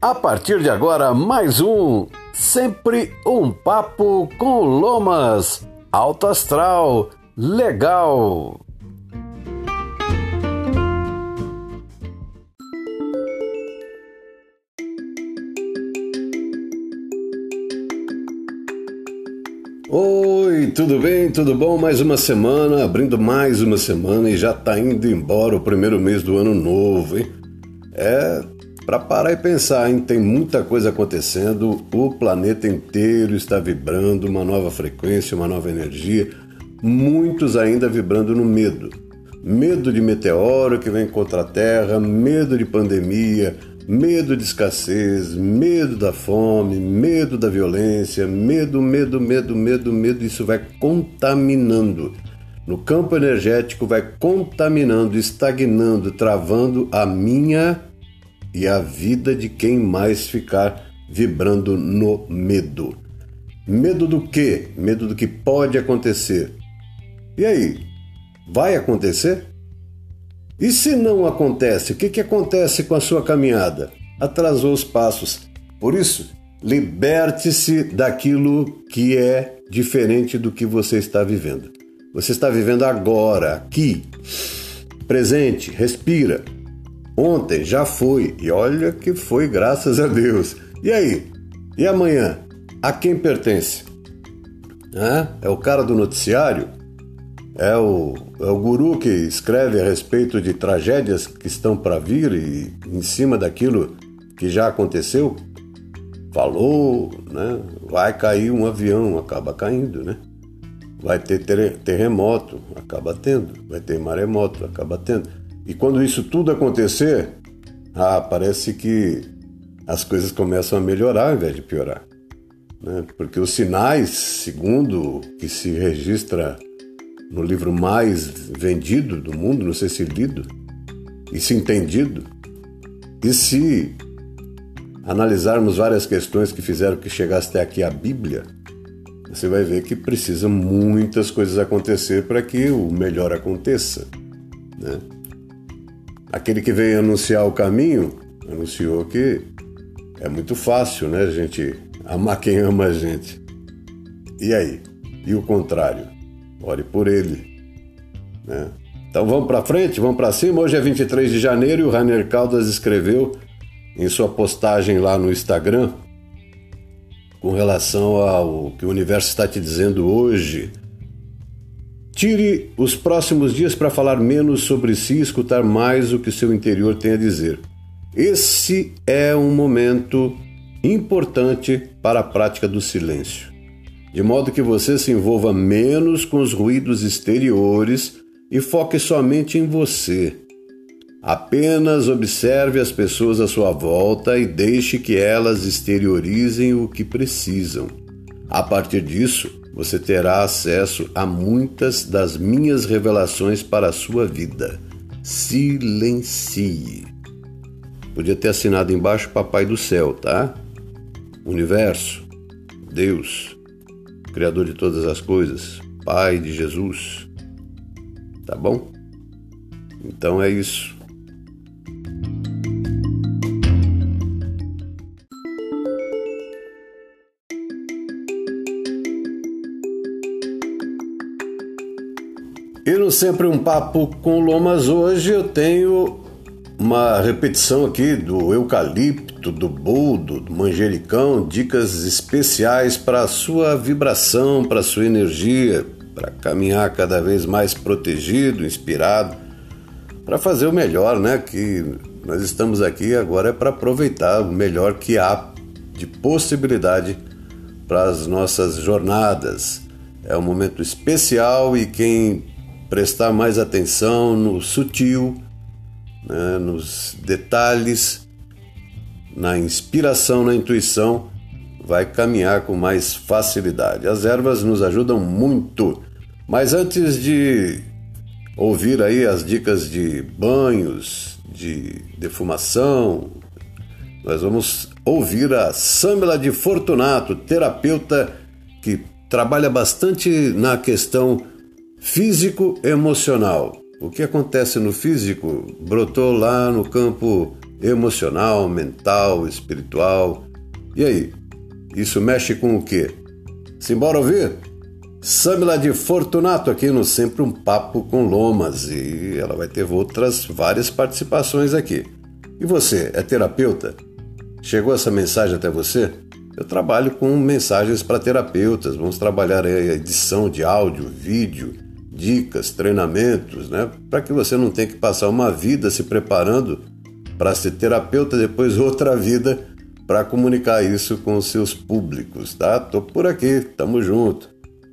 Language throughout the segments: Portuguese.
A partir de agora, mais um Sempre um Papo com Lomas. Alto astral, legal. Oi, tudo bem? Tudo bom? Mais uma semana, abrindo mais uma semana e já tá indo embora o primeiro mês do ano novo, hein? Para parar e pensar, hein? Tem muita coisa acontecendo, o planeta inteiro está vibrando uma nova frequência, uma nova energia, muitos ainda vibrando no medo. Medo de meteoro que vem contra a Terra, medo de pandemia, medo de escassez, medo da fome, medo da violência, medo, isso vai contaminando. No campo energético vai contaminando, estagnando, travando a minha e a vida de quem mais ficar vibrando no medo. Medo do quê? Medo do que pode acontecer. E aí? Vai acontecer? E se não acontece, o que acontece com a sua caminhada? Atrasou os passos. Por isso, liberte-se daquilo que é diferente do que você está vivendo. Você está vivendo agora, aqui, presente, respira. Ontem já foi, e olha que foi, graças a Deus. E aí? E amanhã? A quem pertence? É o cara do noticiário? É o guru que escreve a respeito de tragédias que estão para vir e em cima daquilo que já aconteceu? Falou, né? Vai cair um avião, acaba caindo, né? Vai ter terremoto, acaba tendo. Vai ter maremoto, acaba tendo. E quando isso tudo acontecer, parece que as coisas começam a melhorar ao invés de piorar, né? Porque os sinais, segundo o que se registra no livro mais vendido do mundo, não sei se lido, e se entendido, e se analisarmos várias questões que fizeram que chegasse até aqui a Bíblia, você vai ver que precisa muitas coisas acontecer para que o melhor aconteça, né? Aquele que veio anunciar o caminho, anunciou que é muito fácil, né, gente, amar quem ama a gente. E aí? E o contrário? Ore por ele, né? Então vamos para frente, vamos para cima. Hoje é 23 de janeiro e o Rainer Caldas escreveu em sua postagem lá no Instagram com relação ao que o universo está te dizendo hoje. Tire os próximos dias para falar menos sobre si e escutar mais o que seu interior tem a dizer. Esse é um momento importante para a prática do silêncio, de modo que você se envolva menos com os ruídos exteriores e foque somente em você. Apenas observe as pessoas à sua volta e deixe que elas exteriorizem o que precisam. A partir disso, você terá acesso a muitas das minhas revelações para a sua vida. Silencie. Podia ter assinado embaixo Papai do Céu, tá? Universo, Deus, Criador de todas as coisas, Pai de Jesus. Tá bom? Então é isso. E no Sempre um Papo com Lomas, hoje eu tenho uma repetição aqui do eucalipto, do boldo, do manjericão, dicas especiais para a sua vibração, para a sua energia, para caminhar cada vez mais protegido, inspirado, para fazer o melhor, né? Que nós estamos aqui agora é para aproveitar o melhor que há de possibilidade para as nossas jornadas. É um momento especial e quem prestar mais atenção no sutil, né, nos detalhes, na inspiração, na intuição, vai caminhar com mais facilidade. As ervas nos ajudam muito, mas antes de ouvir aí as dicas de banhos, de defumação, nós vamos ouvir a Samela de Fortunato, terapeuta que trabalha bastante na questão físico-emocional. O que acontece no físico brotou lá no campo emocional, mental, espiritual. E aí, isso mexe com o quê? Simbora ouvir? Samila de Fortunato aqui no Sempre um Papo com Lomas, e ela vai ter outras várias participações aqui. E você, é terapeuta? Chegou essa mensagem até você? Eu trabalho com mensagens para terapeutas, vamos trabalhar a edição de áudio, vídeo, dicas, treinamentos, né? Para que você não tenha que passar uma vida se preparando para ser terapeuta, depois outra vida para comunicar isso com os seus públicos, tá? Tô por aqui, tamo junto.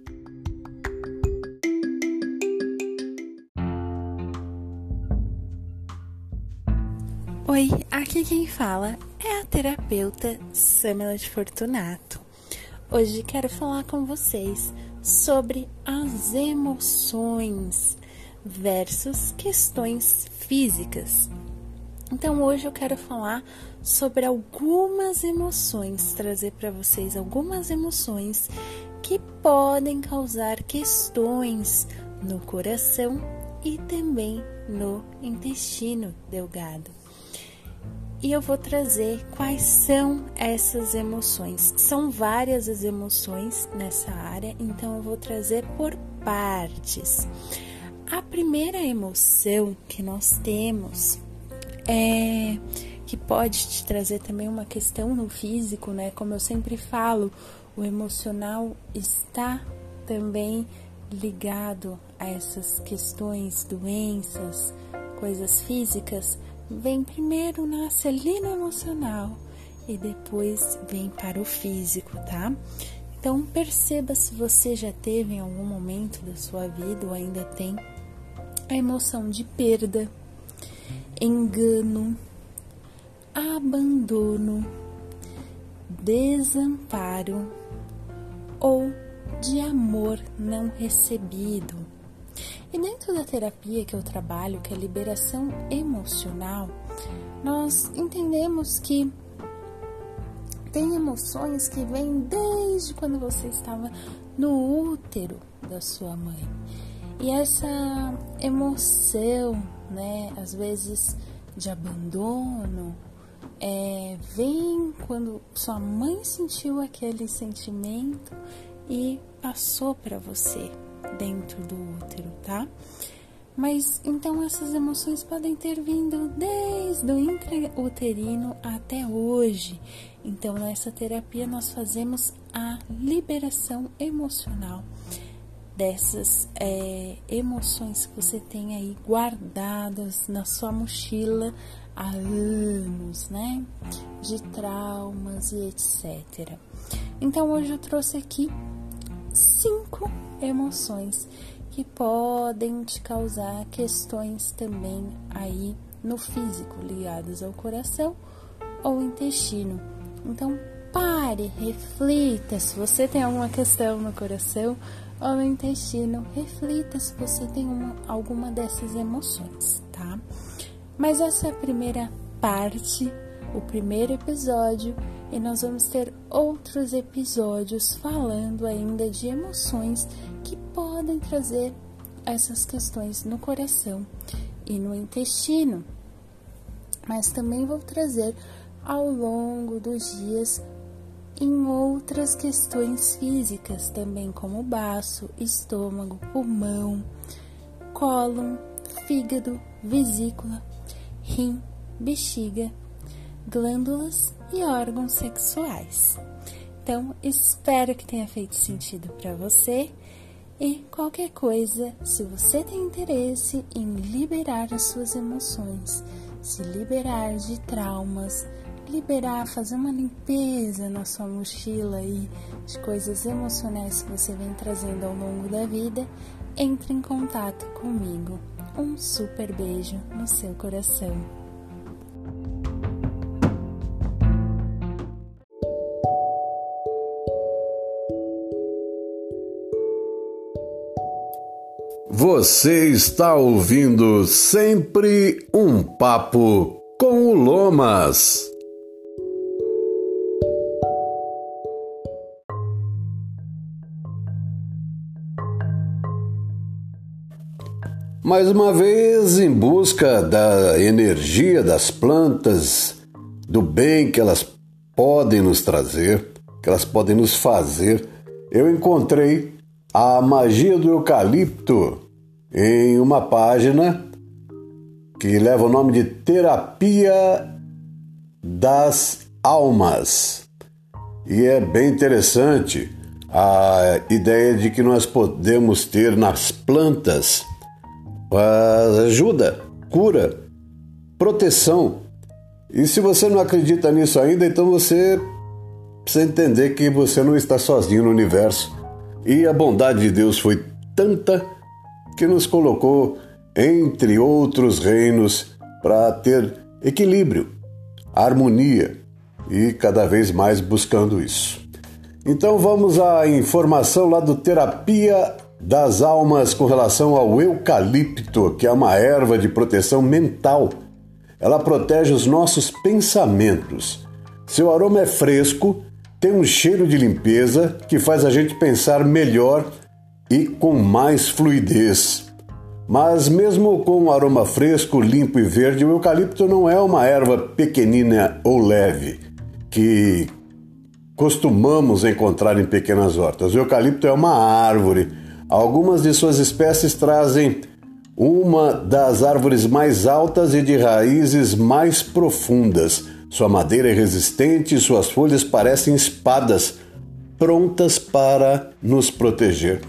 Oi, aqui quem fala é a terapeuta Samila de Fortunato. Hoje quero falar com vocês sobre as emoções versus questões físicas. Então hoje eu quero falar sobre algumas emoções, trazer para vocês algumas emoções que podem causar questões no coração e também no intestino delgado. E eu vou trazer quais são essas emoções. São várias as emoções nessa área, então eu vou trazer por partes. A primeira emoção que nós temos que pode te trazer também uma questão no físico, né? Como eu sempre falo, o emocional está também ligado a essas questões, doenças, coisas físicas. Vem primeiro, nasce ali no emocional e depois vem para o físico, tá? Então perceba se você já teve em algum momento da sua vida ou ainda tem a emoção de perda, engano, abandono, desamparo ou de amor não recebido. E dentro da terapia que eu trabalho, que é liberação emocional, nós entendemos que tem emoções que vêm desde quando você estava no útero da sua mãe. E essa emoção, né, às vezes de abandono, vem quando sua mãe sentiu aquele sentimento e passou para você dentro do útero, tá? Mas então essas emoções podem ter vindo desde o intrauterino até hoje. Então nessa terapia nós fazemos a liberação emocional dessas emoções que você tem aí guardadas na sua mochila há anos, né? De traumas e etc. Então hoje eu trouxe aqui 5 emoções que podem te causar questões também aí no físico, ligadas ao coração ou intestino. Então pare, reflita se você tem alguma questão no coração ou no intestino, reflita se você tem alguma dessas emoções, tá? Mas essa é a primeira parte, o primeiro episódio, e nós vamos ter outros episódios falando ainda de emoções que podem trazer essas questões no coração e no intestino. Mas também vou trazer ao longo dos dias em outras questões físicas também, como baço, estômago, pulmão, cólon, fígado, vesícula, rim, bexiga, glândulas e órgãos sexuais. Então, espero que tenha feito sentido para você e qualquer coisa, se você tem interesse em liberar as suas emoções, se liberar de traumas, fazer uma limpeza na sua mochila aí de coisas emocionais que você vem trazendo ao longo da vida, entre em contato comigo. Um super beijo no seu coração. Você está ouvindo Sempre um Papo com o Lomas. Mais uma vez, em busca da energia das plantas, do bem que elas podem nos trazer, que elas podem nos fazer, eu encontrei a magia do eucalipto em uma página que leva o nome de Terapia das Almas. E é bem interessante a ideia de que nós podemos ter nas plantas ajuda, cura, proteção. E se você não acredita nisso ainda, então você precisa entender que você não está sozinho no universo. E a bondade de Deus foi tanta que nos colocou entre outros reinos para ter equilíbrio, harmonia e cada vez mais buscando isso. Então vamos à informação lá do Terapia das Almas com relação ao eucalipto, que é uma erva de proteção mental. Ela protege os nossos pensamentos. Seu aroma é fresco, tem um cheiro de limpeza que faz a gente pensar melhor e com mais fluidez. Mas mesmo com um aroma fresco, limpo e verde, o eucalipto não é uma erva pequenina ou leve que costumamos encontrar em pequenas hortas. O eucalipto é uma árvore. Algumas de suas espécies trazem uma das árvores mais altas e de raízes mais profundas. Sua madeira é resistente e suas folhas parecem espadas, prontas para nos proteger.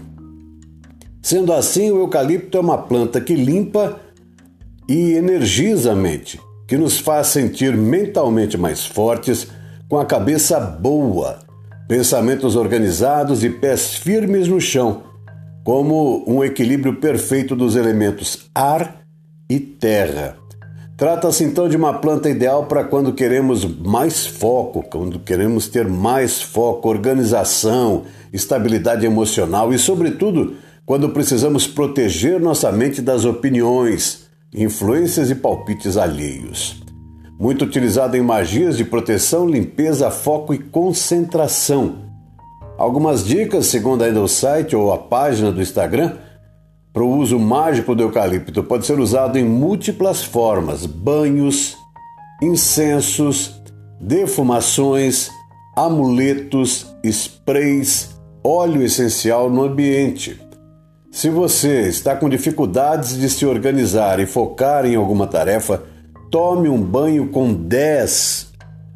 Sendo assim, o eucalipto é uma planta que limpa e energiza a mente, que nos faz sentir mentalmente mais fortes, com a cabeça boa, pensamentos organizados e pés firmes no chão, como um equilíbrio perfeito dos elementos ar e terra. Trata-se então de uma planta ideal para quando queremos mais foco, quando queremos ter mais foco, organização, estabilidade emocional e, sobretudo, quando precisamos proteger nossa mente das opiniões, influências e palpites alheios. Muito utilizado em magias de proteção, limpeza, foco e concentração. Algumas dicas, segundo ainda o site ou a página do Instagram, para o uso mágico do eucalipto. Pode ser usado em múltiplas formas: banhos, incensos, defumações, amuletos, sprays, óleo essencial no ambiente. Se você está com dificuldades de se organizar e focar em alguma tarefa, tome um banho com 10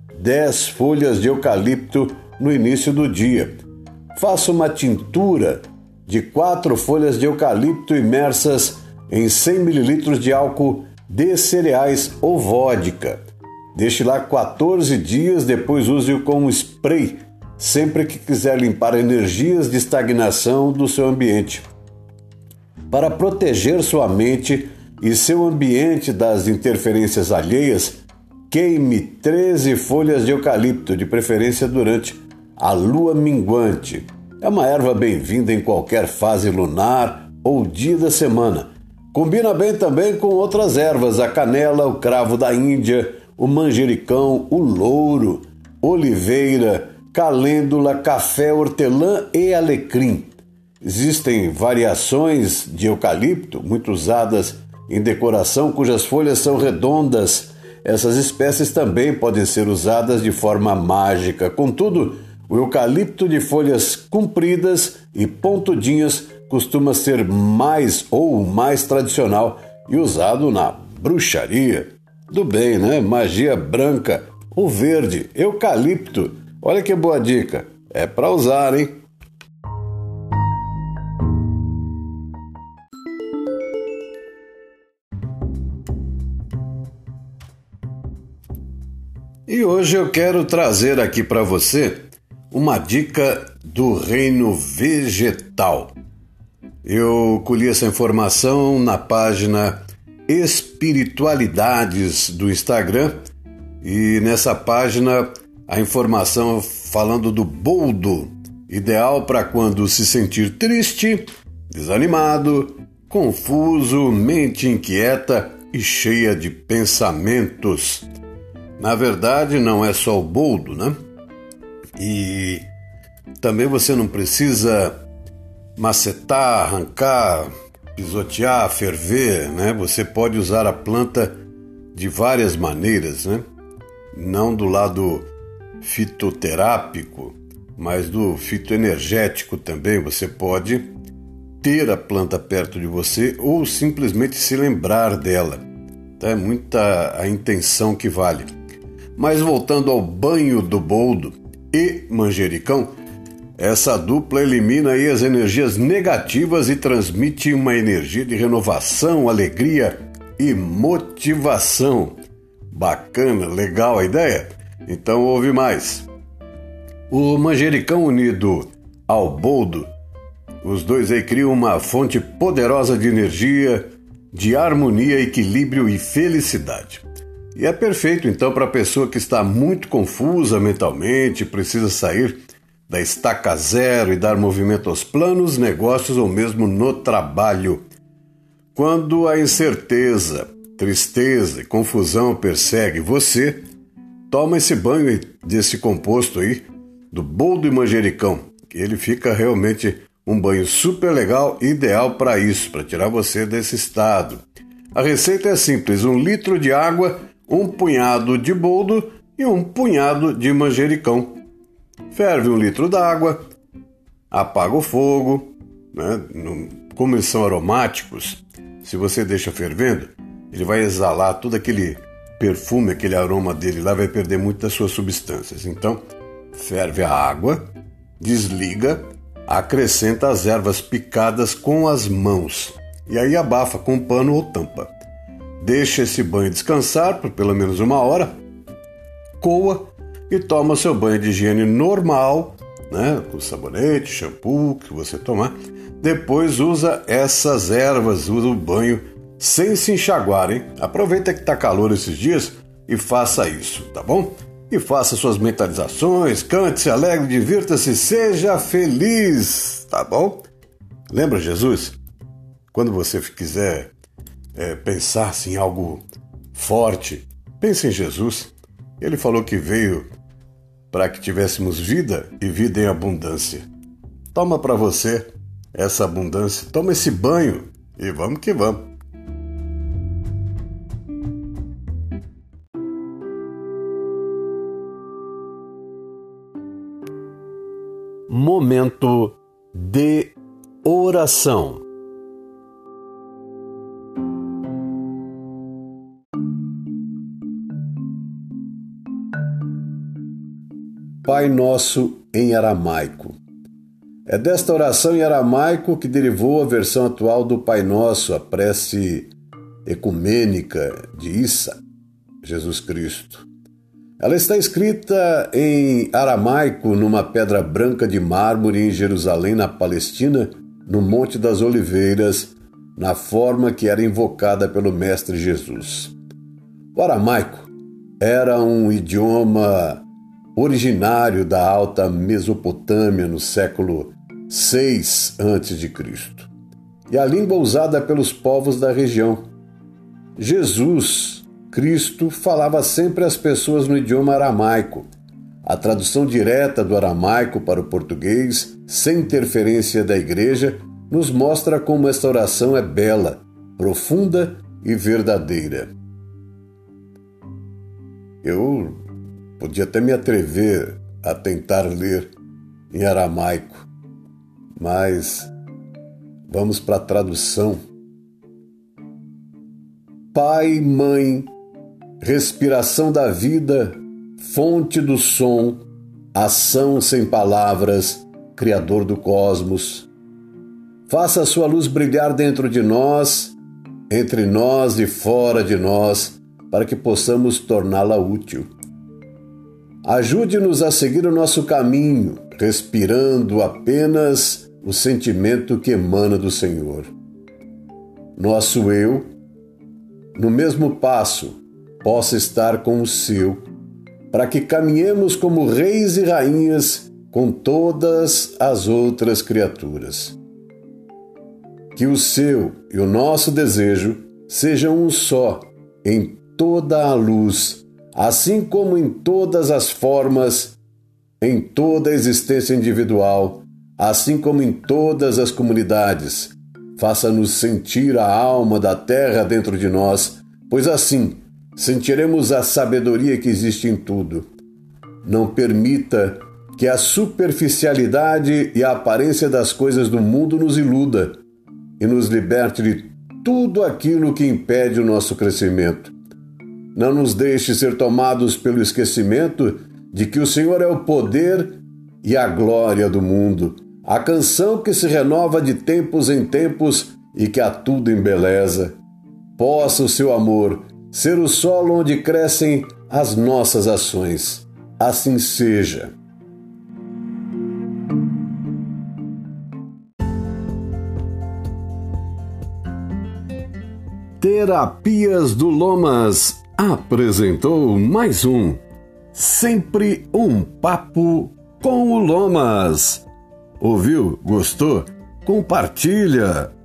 folhas de eucalipto no início do dia. Faça uma tintura de 4 folhas de eucalipto imersas em 100 ml de álcool de cereais ou vodka. Deixe lá 14 dias, depois use-o como spray, sempre que quiser limpar energias de estagnação do seu ambiente. Para proteger sua mente e seu ambiente das interferências alheias, queime 13 folhas de eucalipto, de preferência durante a lua minguante. É uma erva bem-vinda em qualquer fase lunar ou dia da semana. Combina bem também com outras ervas: a canela, o cravo da Índia, o manjericão, o louro, oliveira, calêndula, café, hortelã e alecrim. Existem variações de eucalipto, muito usadas em decoração, cujas folhas são redondas. Essas espécies também podem ser usadas de forma mágica. Contudo, o eucalipto de folhas compridas e pontudinhas costuma ser mais tradicional e usado na bruxaria. Do bem, né? Magia branca, o verde, eucalipto. Olha que boa dica. É para usar, hein? E hoje eu quero trazer aqui para você uma dica do reino vegetal. Eu colhi essa informação na página Espiritualidades do Instagram e nessa página a informação falando do boldo, ideal para quando se sentir triste, desanimado, confuso, mente inquieta e cheia de pensamentos. Na verdade, não é só o boldo, né? E também você não precisa macetar, arrancar pisotear, ferver, né? Você pode usar a planta de várias maneiras, né? Não do lado fitoterápico, mas do fitoenergético também. Você pode ter a planta perto de você ou simplesmente se lembrar dela. Então é muita a intenção que vale. Mas voltando ao banho do boldo e manjericão, essa dupla elimina aí as energias negativas e transmite uma energia de renovação, alegria e motivação. Bacana, legal a ideia? Então ouve mais. O manjericão unido ao boldo, os dois aí criam uma fonte poderosa de energia, de harmonia, equilíbrio e felicidade. E é perfeito então para a pessoa que está muito confusa mentalmente, precisa sair da estaca zero e dar movimento aos planos, negócios ou mesmo no trabalho. Quando a incerteza, tristeza e confusão persegue você, toma esse banho desse composto aí, do boldo e manjericão, que ele fica realmente um banho super legal, ideal para isso, para tirar você desse estado. A receita é simples, 1 litro de água, 1 punhado de boldo e 1 punhado de manjericão. Ferve 1 litro d'água, apaga o fogo, né? Como eles são aromáticos, se você deixa fervendo, ele vai exalar todo aquele perfume, aquele aroma dele lá, vai perder muito das suas substâncias. Então, ferve a água, desliga, acrescenta as ervas picadas com as mãos e aí abafa com um pano ou tampa. Deixa esse banho descansar por pelo menos 1 hora, coa e toma seu banho de higiene normal, né, com sabonete, shampoo que você tomar. Depois usa essas ervas, usa o banho sem se enxaguar, hein? Aproveita que está calor esses dias e faça isso, tá bom? E faça suas mentalizações, cante, se alegre, divirta-se, seja feliz, tá bom? Lembra Jesus? Quando você quiser pensar em algo forte, pense em Jesus. Ele falou que veio para que tivéssemos vida e vida em abundância. Toma para você essa abundância, toma esse banho e vamos que vamos. Momento de oração. Pai Nosso em aramaico. É desta oração em aramaico que derivou a versão atual do Pai Nosso, a prece ecumênica de Issa, Jesus Cristo. Ela está escrita em aramaico numa pedra branca de mármore em Jerusalém, na Palestina, no Monte das Oliveiras, na forma que era invocada pelo Mestre Jesus. O aramaico era um idioma originário da Alta Mesopotâmia no século VI a.C. e a língua usada pelos povos da região. Jesus Cristo falava sempre às pessoas no idioma aramaico. A tradução direta do aramaico para o português, sem interferência da igreja, nos mostra como esta oração é bela, profunda e verdadeira. Eu podia até me atrever a tentar ler em aramaico, mas vamos para a tradução. Pai, Mãe, respiração da vida, fonte do som, ação sem palavras, Criador do cosmos. Faça a sua luz brilhar dentro de nós, entre nós e fora de nós, para que possamos torná-la útil. Ajude-nos a seguir o nosso caminho, respirando apenas o sentimento que emana do Senhor. Nosso eu, no mesmo passo, possa estar com o seu, para que caminhemos como reis e rainhas com todas as outras criaturas. Que o seu e o nosso desejo sejam um só em toda a luz, assim como em todas as formas, em toda a existência individual, assim como em todas as comunidades, faça-nos sentir a alma da terra dentro de nós, pois assim sentiremos a sabedoria que existe em tudo. Não permita que a superficialidade e a aparência das coisas do mundo nos iluda e nos liberte de tudo aquilo que impede o nosso crescimento. Não nos deixe ser tomados pelo esquecimento de que o Senhor é o poder e a glória do mundo, a canção que se renova de tempos em tempos e que a tudo embeleza. Possa o seu amor ser o solo onde crescem as nossas ações. Assim seja. Terapias do Lomas apresentou mais um Sempre um Papo com o Lomas. Ouviu? Gostou? Compartilha!